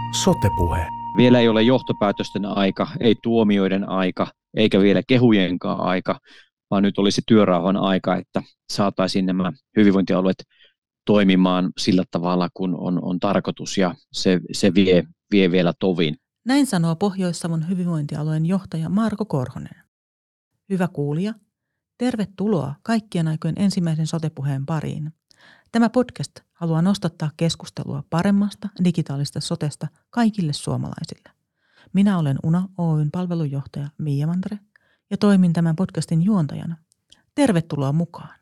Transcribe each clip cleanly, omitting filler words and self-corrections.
Sote-puhe. Vielä ei ole johtopäätösten aika, ei tuomioiden aika, eikä vielä kehujenkaan aika, vaan nyt olisi työrauhan aika, että saataisiin nämä hyvinvointialueet toimimaan sillä tavalla, kun on tarkoitus, ja se vie vielä tovin. Näin sanoo Pohjois-Savon hyvinvointialueen johtaja Marko Korhonen. Hyvä kuulija, tervetuloa kaikkien aikojen ensimmäisen sote-puheen pariin. Tämä podcast haluaa nostattaa keskustelua paremmasta digitaalista sotesta kaikille suomalaisille. Minä olen Una Oyn palvelunjohtaja Miia Mantere ja toimin tämän podcastin juontajana. Tervetuloa mukaan.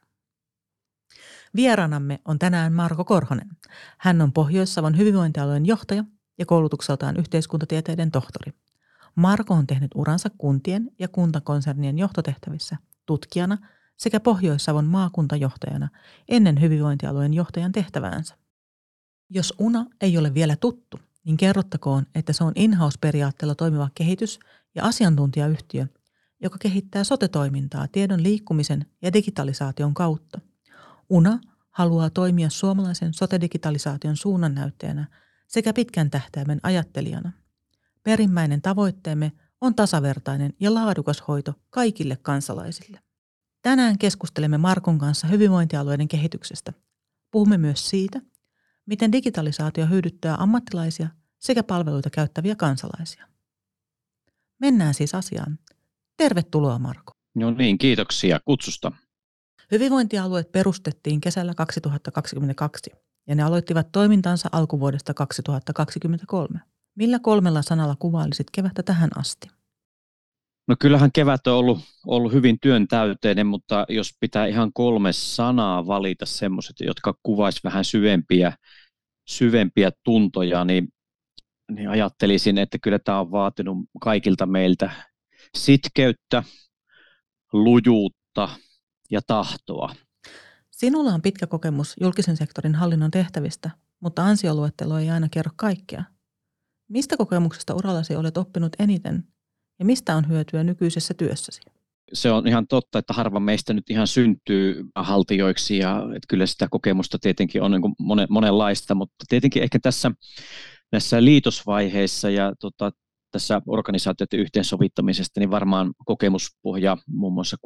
Vieraanamme on tänään Marko Korhonen. Hän on Pohjois-Savon hyvinvointialueen johtaja ja koulutukseltaan yhteiskuntatieteiden tohtori. Marko on tehnyt uransa kuntien ja kuntakonsernien johtotehtävissä tutkijana sekä Pohjois-Savon maakuntajohtajana ennen hyvinvointialueen johtajan tehtäväänsä. Jos Una ei ole vielä tuttu, niin kerrottakoon, että se on in-house-periaatteella toimiva kehitys- ja asiantuntijayhtiö, joka kehittää sote-toimintaa tiedon liikkumisen ja digitalisaation kautta. Una haluaa toimia suomalaisen sote-digitalisaation suunnannäyttäjänä sekä pitkän tähtäimen ajattelijana. Perimmäinen tavoitteemme on tasavertainen ja laadukas hoito kaikille kansalaisille. Tänään keskustelemme Markon kanssa hyvinvointialueiden kehityksestä. Puhumme myös siitä, miten digitalisaatio hyödyttää ammattilaisia sekä palveluita käyttäviä kansalaisia. Mennään siis asiaan. Tervetuloa, Marko. No niin, kiitoksia kutsusta. Hyvinvointialueet perustettiin kesällä 2022 ja ne aloittivat toimintansa alkuvuodesta 2023. Millä 3 sanalla kuvailisit kevättä tähän asti? No kyllähän kevät on ollut hyvin työntäyteinen, mutta jos pitää ihan 3 sanaa valita semmoiset, jotka kuvaisi vähän syvempiä tuntoja, niin ajattelisin, että kyllä tämä on vaatinut kaikilta meiltä sitkeyttä, lujuutta ja tahtoa. Sinulla on pitkä kokemus julkisen sektorin hallinnon tehtävistä, mutta ansioluettelo ei aina kerro kaikkea. Mistä kokemuksesta urallasi olet oppinut eniten ja mistä on hyötyä nykyisessä työssäsi? Se on ihan totta, että harva meistä nyt ihan syntyy haltijoiksi, ja että kyllä sitä kokemusta tietenkin on niin kuin monenlaista, mutta tietenkin ehkä näissä liitosvaiheissa ja tässä organisaatioiden yhteensovittamisesta, niin varmaan kokemuspohja muun muassa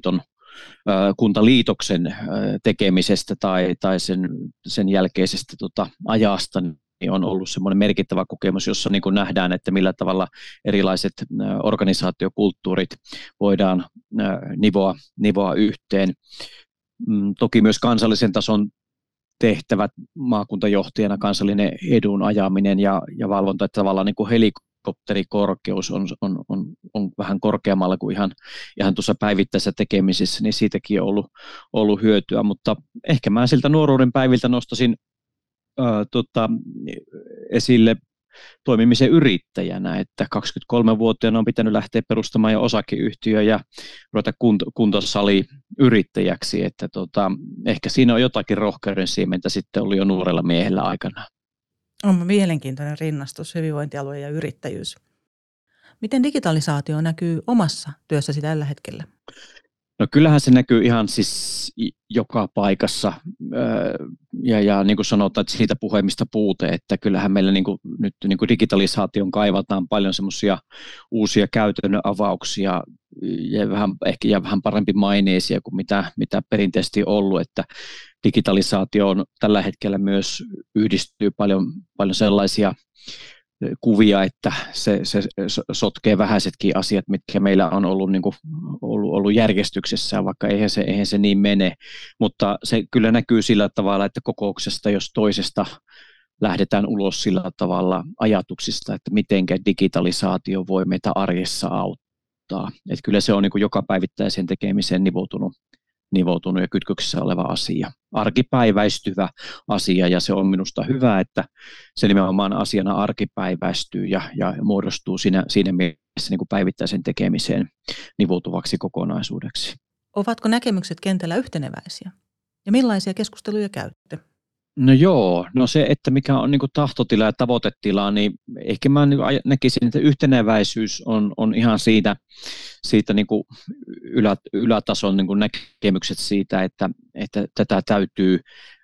kuntaliitoksen tekemisestä tai sen jälkeisestä ajasta, niin on ollut semmoinen merkittävä kokemus, jossa niin kuin nähdään, että millä tavalla erilaiset organisaatiokulttuurit voidaan nivoa yhteen. Toki myös kansallisen tason tehtävät maakuntajohtajana, kansallinen edun ajaminen ja valvonta, että tavallaan niin kuin helikopterikorkeus on vähän korkeammalla kuin ihan tuossa päivittäisessä tekemisessä, niin siitäkin on ollut hyötyä, mutta ehkä mä siltä nuoruuden päiviltä nostaisin esille toimimisen yrittäjänä, että 23-vuotiaana on pitänyt lähteä perustamaan jo osakeyhtiö ja ruveta kuntosaliyrittäjäksi, että ehkä siinä on jotakin rohkeuden siementä sitten ollut jo nuorella miehellä aikana. On mielenkiintoinen rinnastus, hyvinvointialue ja yrittäjyys. Miten digitalisaatio näkyy omassa työssäsi tällä hetkellä? No kyllähän se näkyy ihan siis joka paikassa ja niin kuin sanotaan, että siitä puhemista puute, että kyllähän meillä nyt digitalisaation kaivataan paljon semmoisia uusia käytännön avauksia ja vähän parempi maineisia kuin mitä perinteisesti on ollut, että digitalisaatioon tällä hetkellä myös yhdistyy paljon sellaisia kuvia, että se sotkee vähäisetkin asiat, mitkä meillä on ollut järjestyksessä, vaikka eihän se niin mene, mutta se kyllä näkyy sillä tavalla, että kokouksesta jos toisesta lähdetään ulos sillä tavalla ajatuksista, että mitenkä digitalisaatio voi meitä arjessa auttaa. Että kyllä se on niin kuin joka päivittäisen tekemiseen nivoutunut ja kytköksessä oleva asia. Arkipäiväistyvä asia, ja se on minusta hyvä, että se nimenomaan asiana arkipäiväistyy ja muodostuu siinä mielessä niin kuin päivittäisen tekemiseen nivoutuvaksi kokonaisuudeksi. Ovatko näkemykset kentällä yhteneväisiä? Ja millaisia keskusteluja käytte? No joo, se, että mikä on niin kuin tahtotila ja tavoitetila, niin ehkä mä näkisin, että yhteneväisyys on ihan siitä niin kuin ylätason niin kuin näkemykset siitä, että tätä täytyy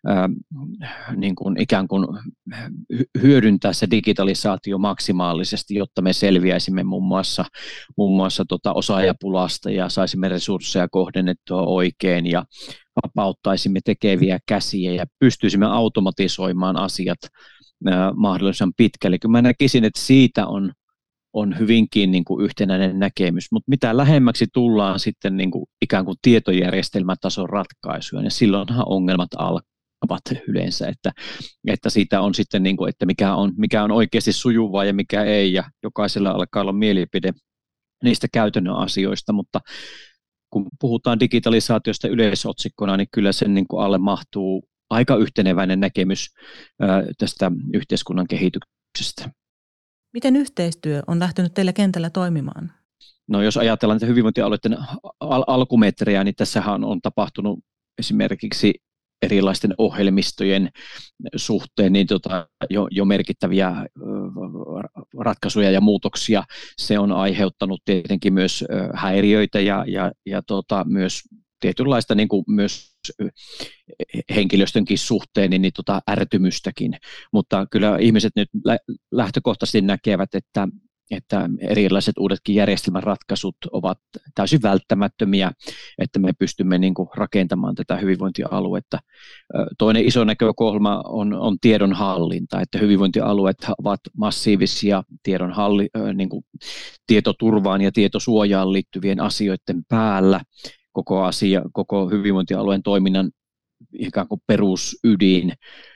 niin kuin ikään kuin hyödyntää se digitalisaatio maksimaalisesti, jotta me selviäisimme muun muassa osaajapulasta ja saisimme resursseja kohdennettua oikein ja vapauttaisimme tekeviä käsiä ja pystyisimme automatisoimaan asiat mahdollisimman pitkälle. Kyllä mä näkisin, että siitä on hyvinkin niin kuin yhtenäinen näkemys, mutta mitä lähemmäksi tullaan sitten niin kuin ikään kuin tietojärjestelmätason ratkaisuja, niin silloinhan ongelmat alkavat yleensä, että siitä on sitten, niin kuin, että mikä on oikeasti sujuvaa ja mikä ei, ja jokaisella alkaa olla mielipide niistä käytännön asioista, mutta kun puhutaan digitalisaatiosta yleisotsikkona, niin kyllä sen niin kuin alle mahtuu aika yhteneväinen näkemys tästä yhteiskunnan kehityksestä. Miten yhteistyö on lähtenyt teillä kentällä toimimaan? No jos ajatellaan näitä hyvinvointialueiden alkumetrejä, niin tässähän on tapahtunut esimerkiksi erilaisten ohjelmistojen suhteen niin jo merkittäviä ratkaisuja ja muutoksia. Se on aiheuttanut tietenkin myös häiriöitä ja myös tietynlaista niin kuin myös henkilöstönkin suhteen niin ärtymystäkin, mutta kyllä ihmiset nyt lähtökohtaisesti näkevät, että erilaiset uudetkin järjestelmäratkaisut ovat täysin välttämättömiä, että me pystymme niin kuin rakentamaan tätä hyvinvointialuetta. Toinen iso näkökulma on tiedonhallinta, että hyvinvointialueet ovat massiivisia niin kuin tietoturvaan ja tietosuojaan liittyvien asioiden päällä. Koko hyvinvointialueen toiminnan ikään kuin perusydin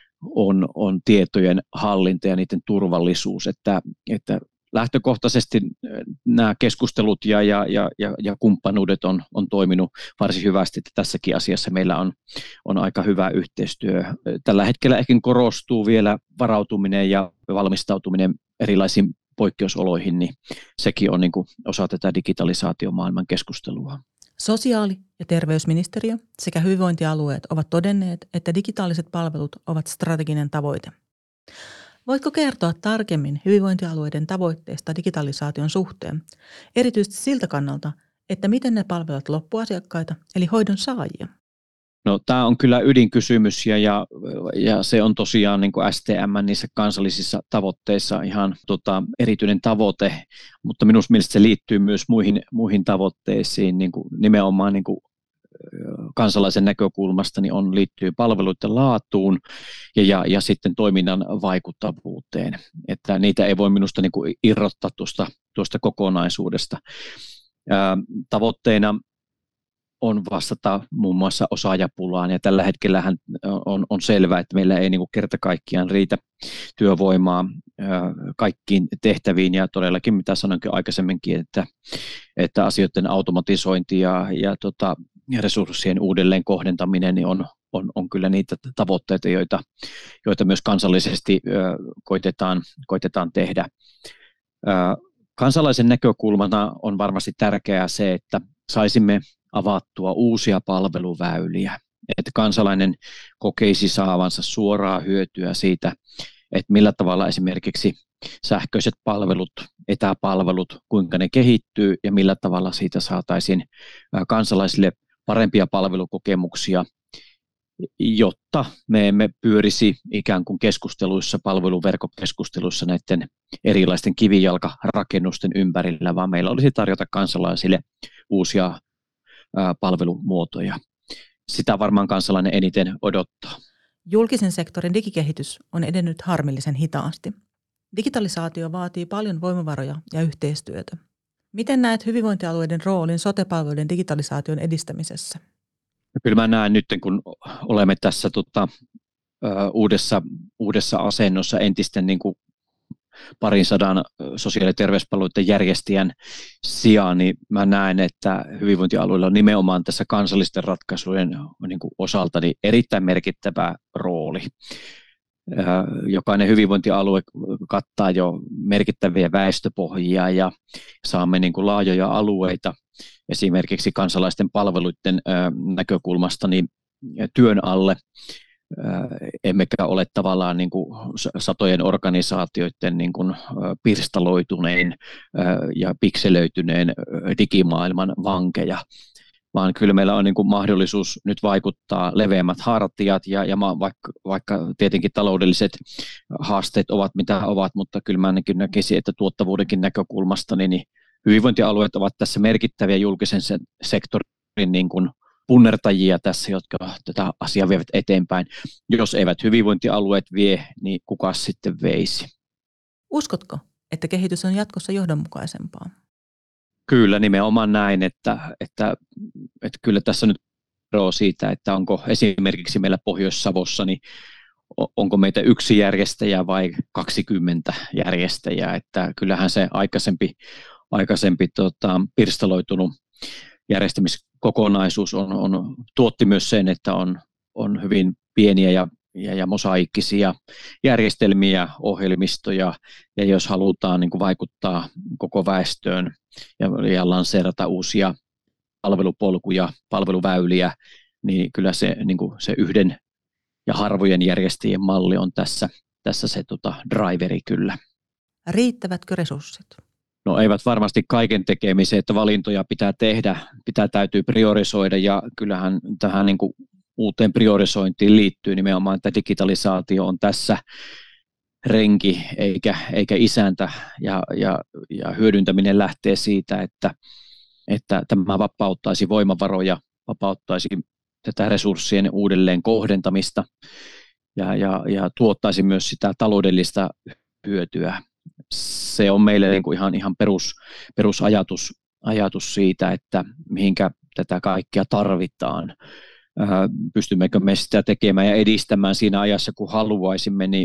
on tietojen hallinta ja niiden turvallisuus, että lähtökohtaisesti nämä keskustelut ja kumppanuudet on toiminut varsin hyvästi, että tässäkin asiassa meillä on aika hyvä yhteistyö. Tällä hetkellä ehkä korostuu vielä varautuminen ja valmistautuminen erilaisiin poikkeusoloihin, niin sekin on niin kuin osa tätä digitalisaatiomaailman keskustelua. Sosiaali- ja terveysministeriö sekä hyvinvointialueet ovat todenneet, että digitaaliset palvelut ovat strateginen tavoite. Voitko kertoa tarkemmin hyvinvointialueiden tavoitteista digitalisaation suhteen, erityisesti siltä kannalta, että miten ne palvelevat loppuasiakkaita eli hoidon saajia? No, tämä on kyllä ydinkysymys ja se on tosiaan niin kuin STM niissä kansallisissa tavoitteissa ihan erityinen tavoite, mutta minun mielestä se liittyy myös muihin tavoitteisiin, niin kuin nimenomaan niin kuin kansalaisen näkökulmasta niin liittyy palveluiden laatuun ja sitten toiminnan vaikuttavuuteen, että niitä ei voi minusta niin kuin irrottaa tuosta kokonaisuudesta. Tavoitteena on vastata muun muassa osaajapulaan, ja tällä hetkellähän on selvää, että meillä ei niin kuin kerta kaikkiaan riitä työvoimaa kaikkiin tehtäviin, ja todellakin, mitä sanoinkin aikaisemminkin, että asioiden automatisointi ja resurssien uudelleen kohdentaminen niin on kyllä niitä tavoitteita, joita myös kansallisesti koitetaan tehdä. Kansalaisen näkökulmana on varmasti tärkeää se, että saisimme avattua uusia palveluväyliä, että kansalainen kokeisi saavansa suoraa hyötyä siitä, että millä tavalla esimerkiksi sähköiset palvelut, etäpalvelut, kuinka ne kehittyy ja millä tavalla siitä saataisiin kansalaisille parempia palvelukokemuksia, jotta me emme pyörisi ikään kuin keskusteluissa, palveluverkkokeskusteluissa näiden erilaisten kivijalkarakennusten ympärillä, vaan meillä olisi tarjota kansalaisille uusia palvelumuotoja. Sitä varmaan kansalainen eniten odottaa. Julkisen sektorin digikehitys on edennyt harmillisen hitaasti. Digitalisaatio vaatii paljon voimavaroja ja yhteistyötä. Miten näet hyvinvointialueiden roolin sote-palveluiden digitalisaation edistämisessä? Kyllä mä näen nyt, kun olemme tässä uudessa asennossa entisten niin kuin 200 sosiaali- ja terveyspalveluiden järjestäjän sijaan, niin mä näen, että hyvinvointialueilla on nimenomaan tässä kansallisten ratkaisujen niin kuin osalta niin erittäin merkittävä rooli. Jokainen hyvinvointialue kattaa jo merkittäviä väestöpohjia ja saamme niin kuin laajoja alueita esimerkiksi kansalaisten palveluiden näkökulmasta niin työn alle. Emmekä ole tavallaan niin kuin satojen organisaatioiden niin kuin pirstaloituneen ja pikselöityneen digimaailman vankeja. vaan kyllä meillä on niin kuin mahdollisuus nyt vaikuttaa leveämmät hartiat vaikka tietenkin taloudelliset haasteet ovat mitä ovat, mutta kyllä mä ainakin näkisin, että tuottavuudenkin näkökulmasta niin hyvinvointialueet ovat tässä merkittäviä julkisen sektorin niin kuin punnertajia tässä, jotka tätä asiaa vievät eteenpäin. Jos eivät hyvinvointialueet vie, niin kuka sitten veisi? Uskotko, että kehitys on jatkossa johdonmukaisempaa? Kyllä, nimenomaan näin, että kyllä tässä nyt eroa siitä, että onko esimerkiksi meillä Pohjois-Savossa, niin onko meitä yksi järjestäjä vai 20 järjestäjää, että kyllähän se aikaisempi pirstaloitunut järjestämiskokonaisuus tuotti myös sen, että on hyvin pieniä ja mosaiikkisia järjestelmiä, ohjelmistoja, ja jos halutaan niin kuin vaikuttaa koko väestöön ja lanseerata uusia palvelupolkuja, palveluväyliä, niin kyllä se, niin kuin se yhden ja harvojen järjestäjien malli on tässä se driveri kyllä. Riittävätkö resurssit? No eivät varmasti kaiken tekemiseen, että valintoja pitää tehdä, täytyy priorisoida, ja kyllähän tähän niin kuin uuteen priorisointiin liittyy nimenomaan, että digitalisaatio on tässä renki eikä isäntä, ja hyödyntäminen lähtee siitä, että tämä vapauttaisi voimavaroja, vapauttaisi tätä resurssien uudelleen kohdentamista ja tuottaisi myös sitä taloudellista hyötyä. Se on meille niin kuin ihan perusajatus siitä, että mihinkä tätä kaikkea tarvitaan. Pystymmekö me sitä tekemään ja edistämään siinä ajassa, kun haluaisimme, niin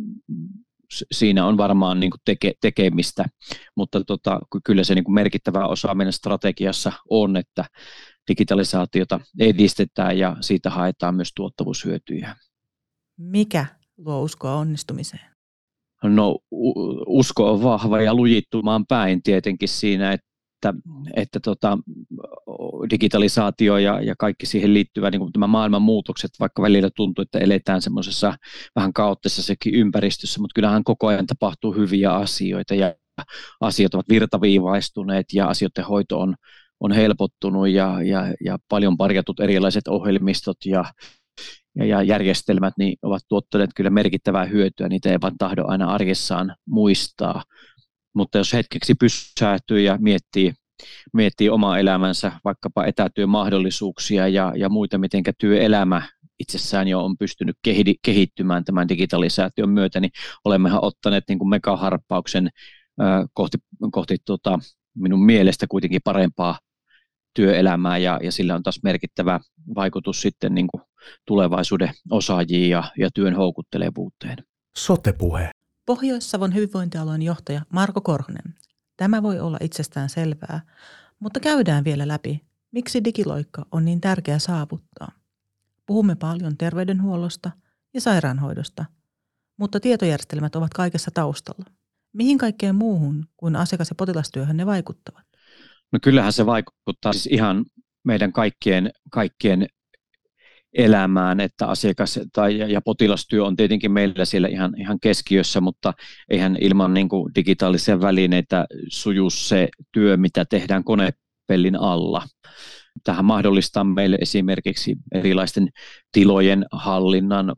siinä on varmaan niin kuin tekemistä, mutta kyllä se niin kuin merkittävä osa meidän strategiassa on, että digitalisaatiota edistetään ja siitä haetaan myös tuottavuushyötyjä. Mikä luo uskoa onnistumiseen? No usko on vahva ja lujittumaan päin tietenkin siinä, että digitalisaatio ja kaikki siihen liittyvä niin kuin tämä maailman muutokset, vaikka välillä tuntuu, että eletään semmoisessa vähän kaoottisessakin ympäristössä, mutta kyllähän koko ajan tapahtuu hyviä asioita ja asiat ovat virtaviivaistuneet ja asioiden hoito on helpottunut ja paljon parjatut erilaiset ohjelmistot ja järjestelmät niin ovat tuottaneet kyllä merkittävää hyötyä, niitä ei vaan tahdo aina arjessaan muistaa. Mutta jos hetkeksi pysähtyy ja miettii omaa elämänsä, vaikkapa etätyömahdollisuuksia ja muita, miten työelämä itsessään jo on pystynyt kehittymään tämän digitalisaation myötä, niin olemmehan ottaneet niin kuin megaharppauksen kohti minun mielestä kuitenkin parempaa työelämää, ja sillä on taas merkittävä vaikutus sitten niin kuin tulevaisuuden osaajiin ja työn houkuttelevuuteen. Sote-puhe. Pohjois-Savon hyvinvointialueen johtaja Marko Korhonen. Tämä voi olla itsestään selvää, mutta käydään vielä läpi, miksi digiloikka on niin tärkeä saavuttaa. Puhumme paljon terveydenhuollosta ja sairaanhoidosta, mutta tietojärjestelmät ovat kaikessa taustalla. Mihin kaikkeen muuhun kuin asiakas- ja potilastyöhön ne vaikuttavat? No kyllähän se vaikuttaa siis ihan meidän kaikkien elämään, että asiakas- ja potilastyö on tietenkin meillä siellä ihan keskiössä, mutta eihän ilman niin kuin digitaalisia välineitä suju se työ, mitä tehdään konepellin alla. Tähän mahdollistaa meille esimerkiksi erilaisten tilojen hallinnan,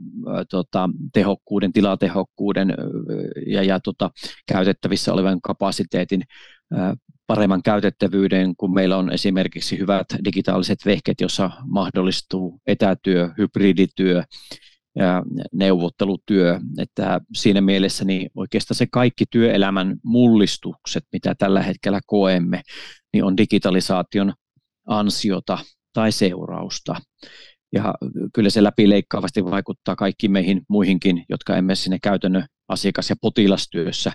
tilatehokkuuden ja käytettävissä olevan kapasiteetin paremman käytettävyyden, kun meillä on esimerkiksi hyvät digitaaliset vehket, jossa mahdollistuu etätyö, hybridityö ja neuvottelutyö. Että siinä mielessä niin oikeastaan se kaikki työelämän mullistukset, mitä tällä hetkellä koemme, niin on digitalisaation ansiota tai seurausta. Ja kyllä se läpileikkaavasti vaikuttaa kaikkiin meihin muihinkin, jotka emme sinne käytännön asiakas- ja potilastyössä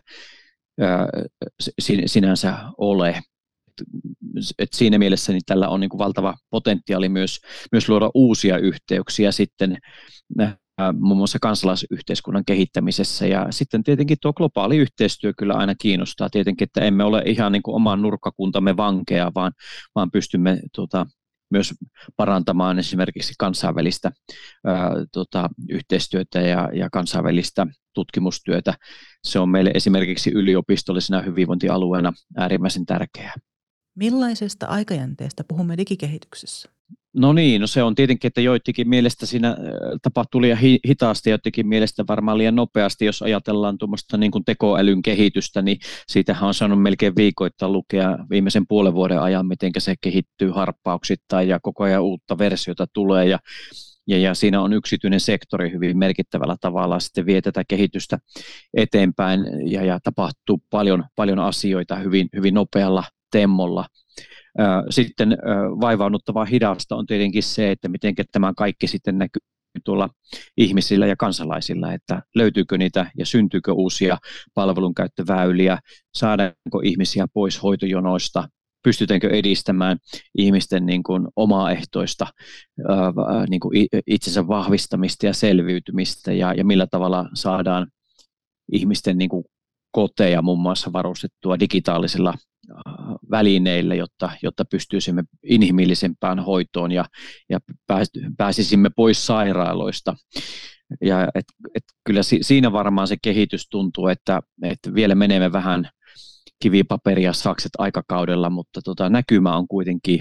sinänsä ole. Et siinä mielessä niin tällä on niin kuin valtava potentiaali myös luoda uusia yhteyksiä sitten muun muassa kansalaisyhteiskunnan kehittämisessä, ja sitten tietenkin tuo globaali yhteistyö kyllä aina kiinnostaa tietenkin, että emme ole ihan niin kuin oman nurkkakuntamme vankeja, vaan pystymme myös parantamaan esimerkiksi kansainvälistä yhteistyötä ja kansainvälistä tutkimustyötä. Se on meille esimerkiksi yliopistollisena hyvinvointialueena äärimmäisen tärkeää. Millaisesta aikajänteestä puhumme digikehityksessä? No niin, no se on tietenkin, että joidenkin mielestä siinä tapahtuu liian hitaasti, joidenkin mielestä varmaan liian nopeasti, jos ajatellaan tuommoista niin kuin tekoälyn kehitystä, niin siitähän on saanut melkein viikoittain lukea viimeisen puolen vuoden ajan, miten se kehittyy harppauksittain ja koko ajan uutta versiota tulee ja siinä on yksityinen sektori hyvin merkittävällä tavalla sitten vie tätä kehitystä eteenpäin ja tapahtuu paljon asioita hyvin nopealla temmolla. Sitten vaivaunuttavaa hidasta on tietenkin se, että miten tämä kaikki sitten näkyy tuolla ihmisillä ja kansalaisilla, että löytyykö niitä ja syntyykö uusia palvelunkäyttöväyliä, saadaanko ihmisiä pois hoitojonoista, pystytäänkö edistämään ihmisten niin kuin omaehtoista niin kuin itsensä vahvistamista ja selviytymistä ja millä tavalla saadaan ihmisten niin kuin koteja muun muassa varustettua digitaalisilla välineillä, jotta pystyisimme inhimillisempään hoitoon ja pääsisimme pois sairaaloista. Ja kyllä siinä varmaan se kehitys tuntuu, että vielä menemme vähän kivipaperia sakset aikakaudella, mutta näkymä on kuitenkin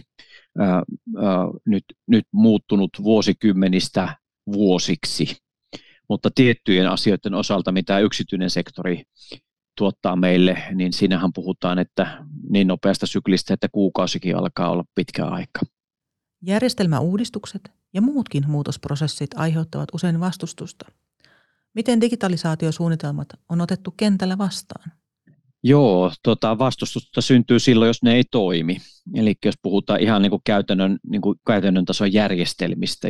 nyt muuttunut vuosikymmenistä vuosiksi. Mutta tiettyjen asioiden osalta, mitä yksityinen sektori tuottaa meille, niin siinähän puhutaan, että niin nopeasta syklistä, että kuukausikin alkaa olla pitkä aika. Järjestelmäuudistukset ja muutkin muutosprosessit aiheuttavat usein vastustusta. Miten digitalisaatiosuunnitelmat on otettu kentällä vastaan? Joo, vastustusta syntyy silloin, jos ne ei toimi. Eli jos puhutaan ihan niin kuin käytännön tason järjestelmistä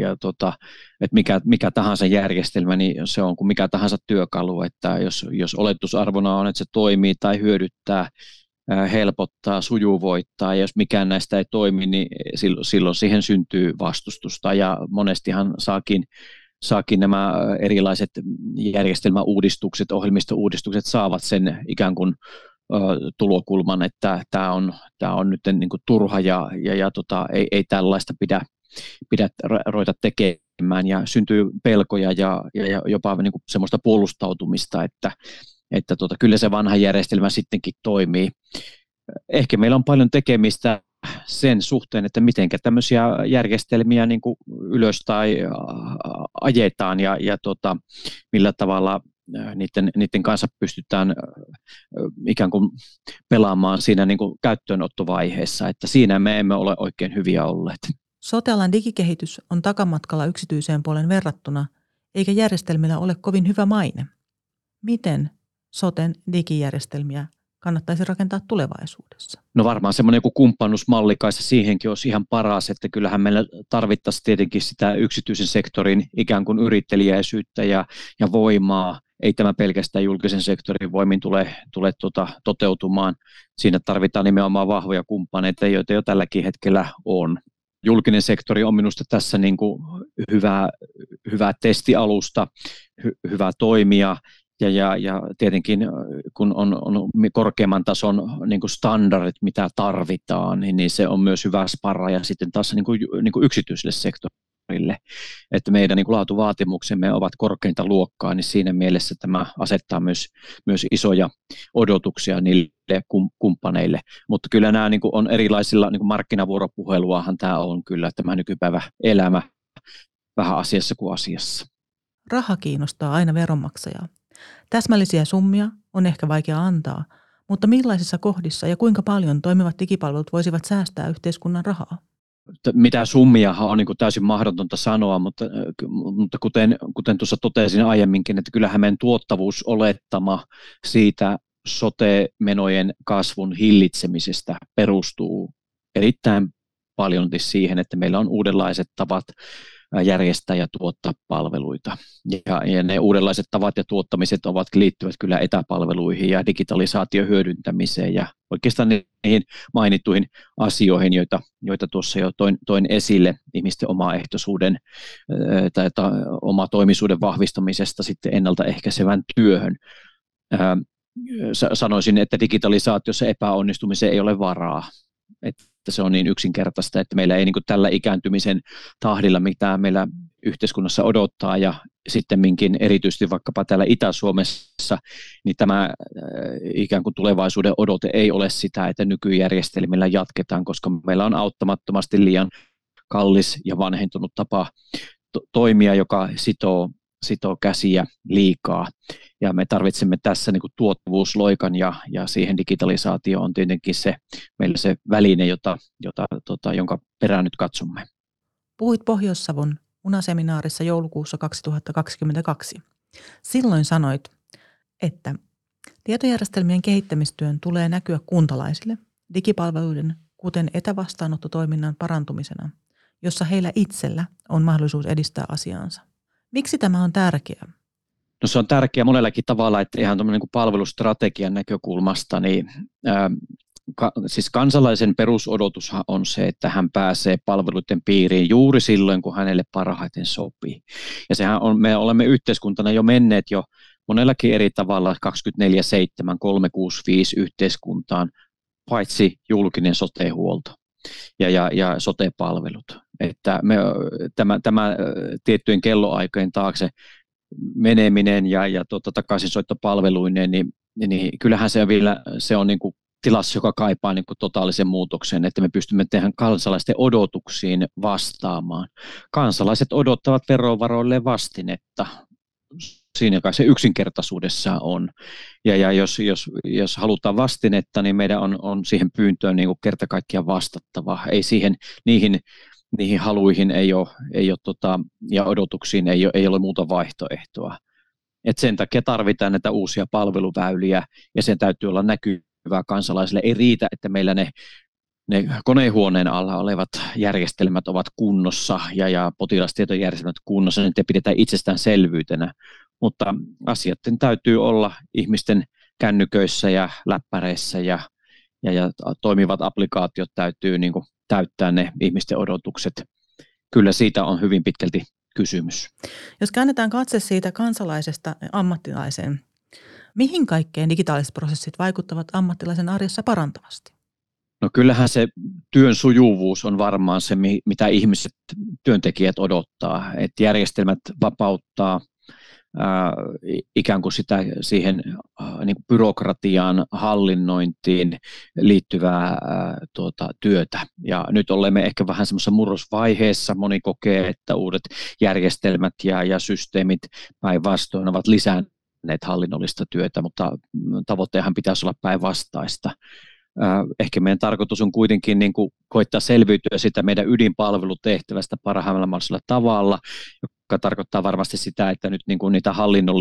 että mikä tahansa järjestelmä, niin se on kuin mikä tahansa työkalu, että jos oletusarvona on, että se toimii tai hyödyttää, helpottaa, sujuvoittaa, ja jos mikään näistä ei toimi, niin silloin siihen syntyy vastustusta, ja monestihan saakin nämä erilaiset järjestelmäuudistukset, ohjelmistouudistukset saavat sen ikään kuin tulokulman, että tämä on nyt niin kuin turha ja ei tällaista pidä ruveta tekemään, ja syntyy pelkoja ja jopa niin kuin semmoista puolustautumista, että kyllä se vanha järjestelmä sittenkin toimii. Ehkä meillä on paljon tekemistä sen suhteen, että miten tämmöisiä järjestelmiä niin kuin ylös tai ajetaan ja millä tavalla niiden kanssa pystytään ikään kuin pelaamaan siinä niin kuin käyttöönottovaiheessa, että siinä me emme ole oikein hyviä olleet. Sote-alan digikehitys on takamatkalla yksityiseen puolen verrattuna, eikä järjestelmillä ole kovin hyvä maine. Miten soten digijärjestelmiä kannattaisi rakentaa tulevaisuudessa? No varmaan semmoinen joku kumppanuusmalli kai se siihenkin olisi ihan paras, että kyllähän meillä tarvittaisiin tietenkin sitä yksityisen sektorin ikään kuin yritteliäisyyttä ja voimaa. Ei tämä pelkästään julkisen sektorin voimin tule toteutumaan. Siinä tarvitaan nimenomaan vahvoja kumppaneita, joita jo tälläkin hetkellä on. Julkinen sektori on minusta tässä niin kuin hyvä testialusta, hyvä toimija. Ja tietenkin kun on korkeamman tason niin kuin standardit, mitä tarvitaan, niin se on myös hyvä sparra ja sitten taas niin kuin yksityiselle sektorille. Että meidän niin kuin laatuvaatimuksemme ovat korkeinta luokkaa, niin siinä mielessä tämä asettaa myös isoja odotuksia niille kumppaneille. Mutta kyllä nämä niin kuin on erilaisilla niin kuin markkinavuoropuheluahan tämä on kyllä tämä nykypäivä elämä vähän asiassa kuin asiassa. Raha kiinnostaa aina veronmaksajaa. Täsmällisiä summia on ehkä vaikea antaa, mutta millaisissa kohdissa ja kuinka paljon toimivat digipalvelut voisivat säästää yhteiskunnan rahaa? Mitä summia on niin kuin täysin mahdotonta sanoa, mutta kuten tuossa totesin aiemminkin, että kyllähän meidän tuottavuusolettama siitä sote-menojen kasvun hillitsemisestä perustuu erittäin paljon siihen, että meillä on uudenlaiset tavat järjestää ja tuottaa palveluita. Ja ne uudenlaiset tavat ja tuottamiset liittyvät kyllä etäpalveluihin ja digitalisaation hyödyntämiseen ja oikeastaan niihin mainittuihin asioihin, joita tuossa jo toin esille ihmisten omaehtoisuuden tai omatoimisuuden vahvistamisesta sitten ennaltaehkäisevän työhön. Sanoisin, että digitalisaatiossa epäonnistumiseen ei ole varaa. Että se on niin yksinkertaista, että meillä ei niin kuin tällä ikääntymisen tahdilla, mitä meillä yhteiskunnassa odottaa ja sittemminkin erityisesti vaikkapa täällä Itä-Suomessa, niin tämä ikään kuin tulevaisuuden odote ei ole sitä, että nykyjärjestelmillä jatketaan, koska meillä on auttamattomasti liian kallis ja vanhentunut tapa toimia, joka sitoo käsiä liikaa. Ja me tarvitsemme tässä niin kuin tuottavuusloikan ja siihen digitalisaatio on tietenkin meillä se väline, jonka perään nyt katsomme. Puhuit Pohjois-Savon UNA-seminaarissa joulukuussa 2022. Silloin sanoit, että tietojärjestelmien kehittämistyön tulee näkyä kuntalaisille digipalveluiden, kuten etävastaanottotoiminnan parantumisena, jossa heillä itsellä on mahdollisuus edistää asiaansa. Miksi tämä on tärkeää? No se on tärkeää monellakin tavalla, että ihan niin kuin palvelustrategian näkökulmasta, niin siis kansalaisen perusodotushan on se, että hän pääsee palveluiden piiriin juuri silloin, kun hänelle parhaiten sopii. Ja sehän on, me olemme yhteiskuntana jo menneet jo monellakin eri tavalla 24/7, 365 yhteiskuntaan, paitsi julkinen sote-huolto ja sote-palvelut. Että tämä tiettyjen kelloaikojen taakse meneminen ja takaisinsoittopalveluineen, niin kyllähän se on niin kuin tilassa, joka kaipaa niin kuin totaalisen muutoksen, että me pystymme tehdä kansalaisten odotuksiin vastaamaan. Kansalaiset odottavat verovaroilleen vastinetta. Siinä kai se yksinkertaisuudessaan on. Ja jos halutaan vastinetta, niin meidän on siihen pyyntöön niin kuin kerta kaikkiaan vastattava. Ei niihin haluihin ei ole ja odotuksiin ei ole muuta vaihtoehtoa. Et sen takia tarvitaan näitä uusia palveluväyliä ja sen täytyy olla näkyvää kansalaisille. Ei riitä, että meillä ne konehuoneen alla olevat järjestelmät ovat kunnossa ja potilastietojärjestelmät kunnossa, niitä pidetään itsestäänselvyytenä, mutta asioiden täytyy olla ihmisten kännyköissä ja läppäreissä ja toimivat applikaatiot täytyy niin kuin täyttää ne ihmisten odotukset. Kyllä siitä on hyvin pitkälti kysymys. Jos käännetään katse siitä kansalaisesta ammattilaiseen, mihin kaikkeen digitaaliset prosessit vaikuttavat ammattilaisen arjessa parantavasti? No kyllähän se työn sujuvuus on varmaan se, mitä ihmiset, työntekijät odottaa, että järjestelmät vapauttaa ikään kuin siihen niin kuin byrokratiaan, hallinnointiin liittyvää työtä. Ja nyt olemme ehkä vähän semmoisessa murrosvaiheessa. Moni kokee, että uudet järjestelmät ja systeemit päinvastoin ovat lisänneet hallinnollista työtä, mutta tavoitteenhan pitäisi olla päinvastaista. Ehkä meidän tarkoitus on kuitenkin niin kuin koittaa selviytyä sitä meidän ydinpalvelutehtävästä parhaimmalla mahdollisella tavalla, joka tarkoittaa varmasti sitä, että nyt niin kuin niitä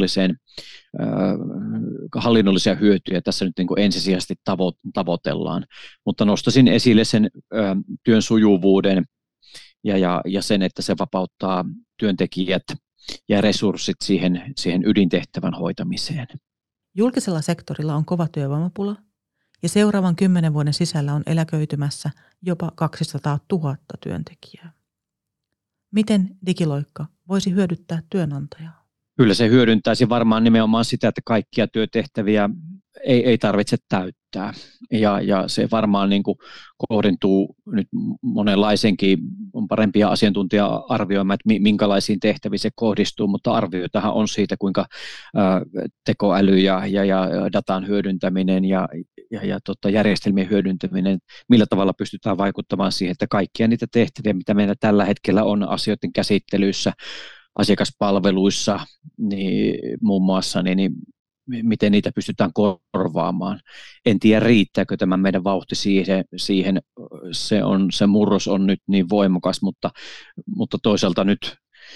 hallinnollisia hyötyjä tässä nyt niin kuin ensisijaisesti tavoitellaan. Mutta nostaisin esille sen työn sujuvuuden ja sen, että se vapauttaa työntekijät ja resurssit siihen ydintehtävän hoitamiseen. Julkisella sektorilla on kova työvoimapula. Ja seuraavan 10 vuoden sisällä on eläköitymässä jopa 200 000 työntekijää. Miten digiloikka voisi hyödyttää työnantajaa? Kyllä se hyödyntäisi varmaan nimenomaan sitä, että kaikkia työtehtäviä ei tarvitse täyttää. Ja se varmaan niin kuin kohdentuu nyt monenlaisenkin, on parempia asiantuntija arvioimaan, että minkälaisiin tehtäviin se kohdistuu, mutta arvioitahan on siitä, kuinka tekoäly ja datan hyödyntäminen ja järjestelmien hyödyntäminen, millä tavalla pystytään vaikuttamaan siihen, että kaikkia niitä tehtäviä, mitä meillä tällä hetkellä on asioiden käsittelyssä, asiakaspalveluissa niin muun muassa, niin miten niitä pystytään korvaamaan. En tiedä, riittääkö tämä meidän vauhti siihen. Se murros on nyt niin voimakas, mutta toisaalta nyt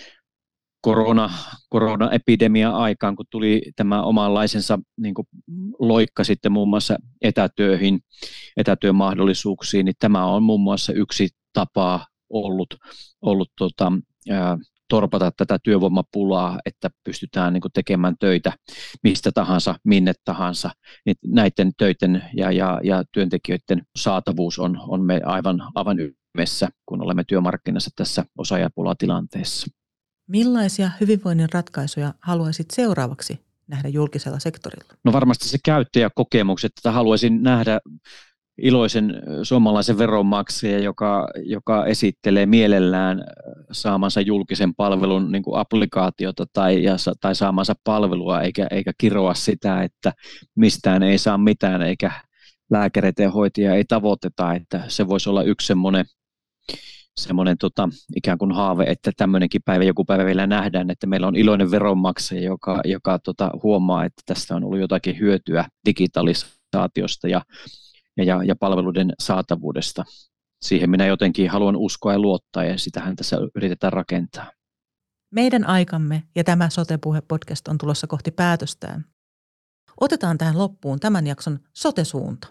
koronaepidemian aikaan, kun tuli tämä omanlaisensa niin kuin loikka sitten muun muassa etätyön mahdollisuuksiin, niin tämä on muun muassa yksi tapa ollut torpata tätä työvoimapulaa, että pystytään niin kuin tekemään töitä mistä tahansa, minne tahansa. Niin näiden töiden ja työntekijöiden saatavuus on me aivan ytimessä, kun olemme työmarkkinassa tässä osaajapulatilanteessa. Millaisia hyvinvoinnin ratkaisuja haluaisit seuraavaksi nähdä julkisella sektorilla? No varmasti se käyttäjäkokemukset, että haluaisin nähdä iloisen suomalaisen veronmaksajan, joka esittelee mielellään saamansa julkisen palvelun niin kuin applikaatiota tai saamansa palvelua, eikä kiroa sitä, että mistään ei saa mitään, eikä lääkäreitä ja hoitajia ei tavoiteta, että se voisi olla yksi semmoinen ikään kuin haave, että tämmöinenkin päivä, joku päivä vielä nähdään, että meillä on iloinen veronmaksaja, joka huomaa, että tästä on ollut jotakin hyötyä digitalisaatiosta ja palveluiden saatavuudesta. Siihen minä jotenkin haluan uskoa ja luottaa, ja sitähän tässä yritetään rakentaa. Meidän aikamme ja tämä Sote-puhe-podcast on tulossa kohti päätöstään. Otetaan tähän loppuun tämän jakson sote-suunta.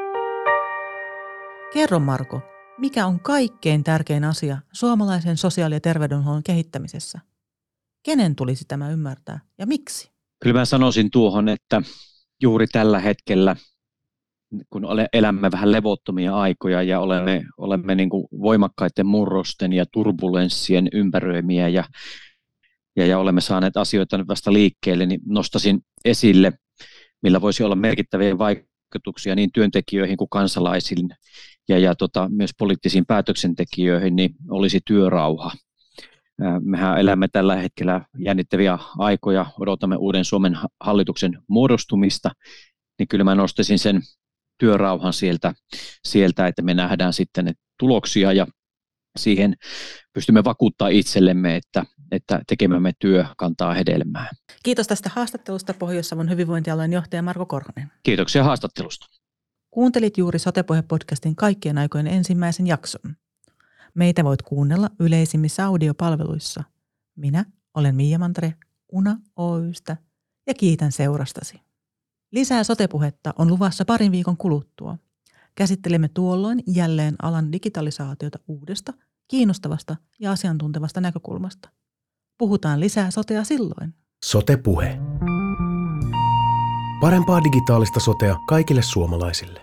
Kerro Marko, mikä on kaikkein tärkein asia suomalaisen sosiaali- ja terveydenhuollon kehittämisessä? Kenen tulisi tämä ymmärtää ja miksi? Kyllä mä sanoisin tuohon, että juuri tällä hetkellä, kun elämme vähän levottomia aikoja ja olemme niin kuin voimakkaiden murrosten ja turbulenssien ympäröimiä ja olemme saaneet asioita nyt vasta liikkeelle, niin nostaisin esille, millä voisi olla merkittäviä vaikutuksia niin työntekijöihin kuin kansalaisiin ja myös poliittisiin päätöksentekijöihin, niin olisi työrauha. Mehän elämme tällä hetkellä jännittäviä aikoja, odotamme uuden Suomen hallituksen muodostumista, niin kyllä mä nostaisin sen työrauhan sieltä, että me nähdään sitten tuloksia ja siihen pystymme vakuuttaa itsellemme, että tekemämme työ kantaa hedelmää. Kiitos tästä haastattelusta Pohjois-Savon hyvinvointialueen johtaja Marko Korhonen. Kiitoksia haastattelusta. Kuuntelit juuri Sote-puhe-podcastin kaikkien aikojen ensimmäisen jakson. Meitä voit kuunnella yleisimmissä audiopalveluissa. Minä olen Miia Mantere Una Oy:stä ja kiitän seurastasi. Lisää sote-puhetta on luvassa parin viikon kuluttua. Käsittelemme tuolloin jälleen alan digitalisaatiota uudesta, kiinnostavasta ja asiantuntevasta näkökulmasta. Puhutaan lisää sotea silloin. Sote-puhe. Parempaa digitaalista sotea kaikille suomalaisille.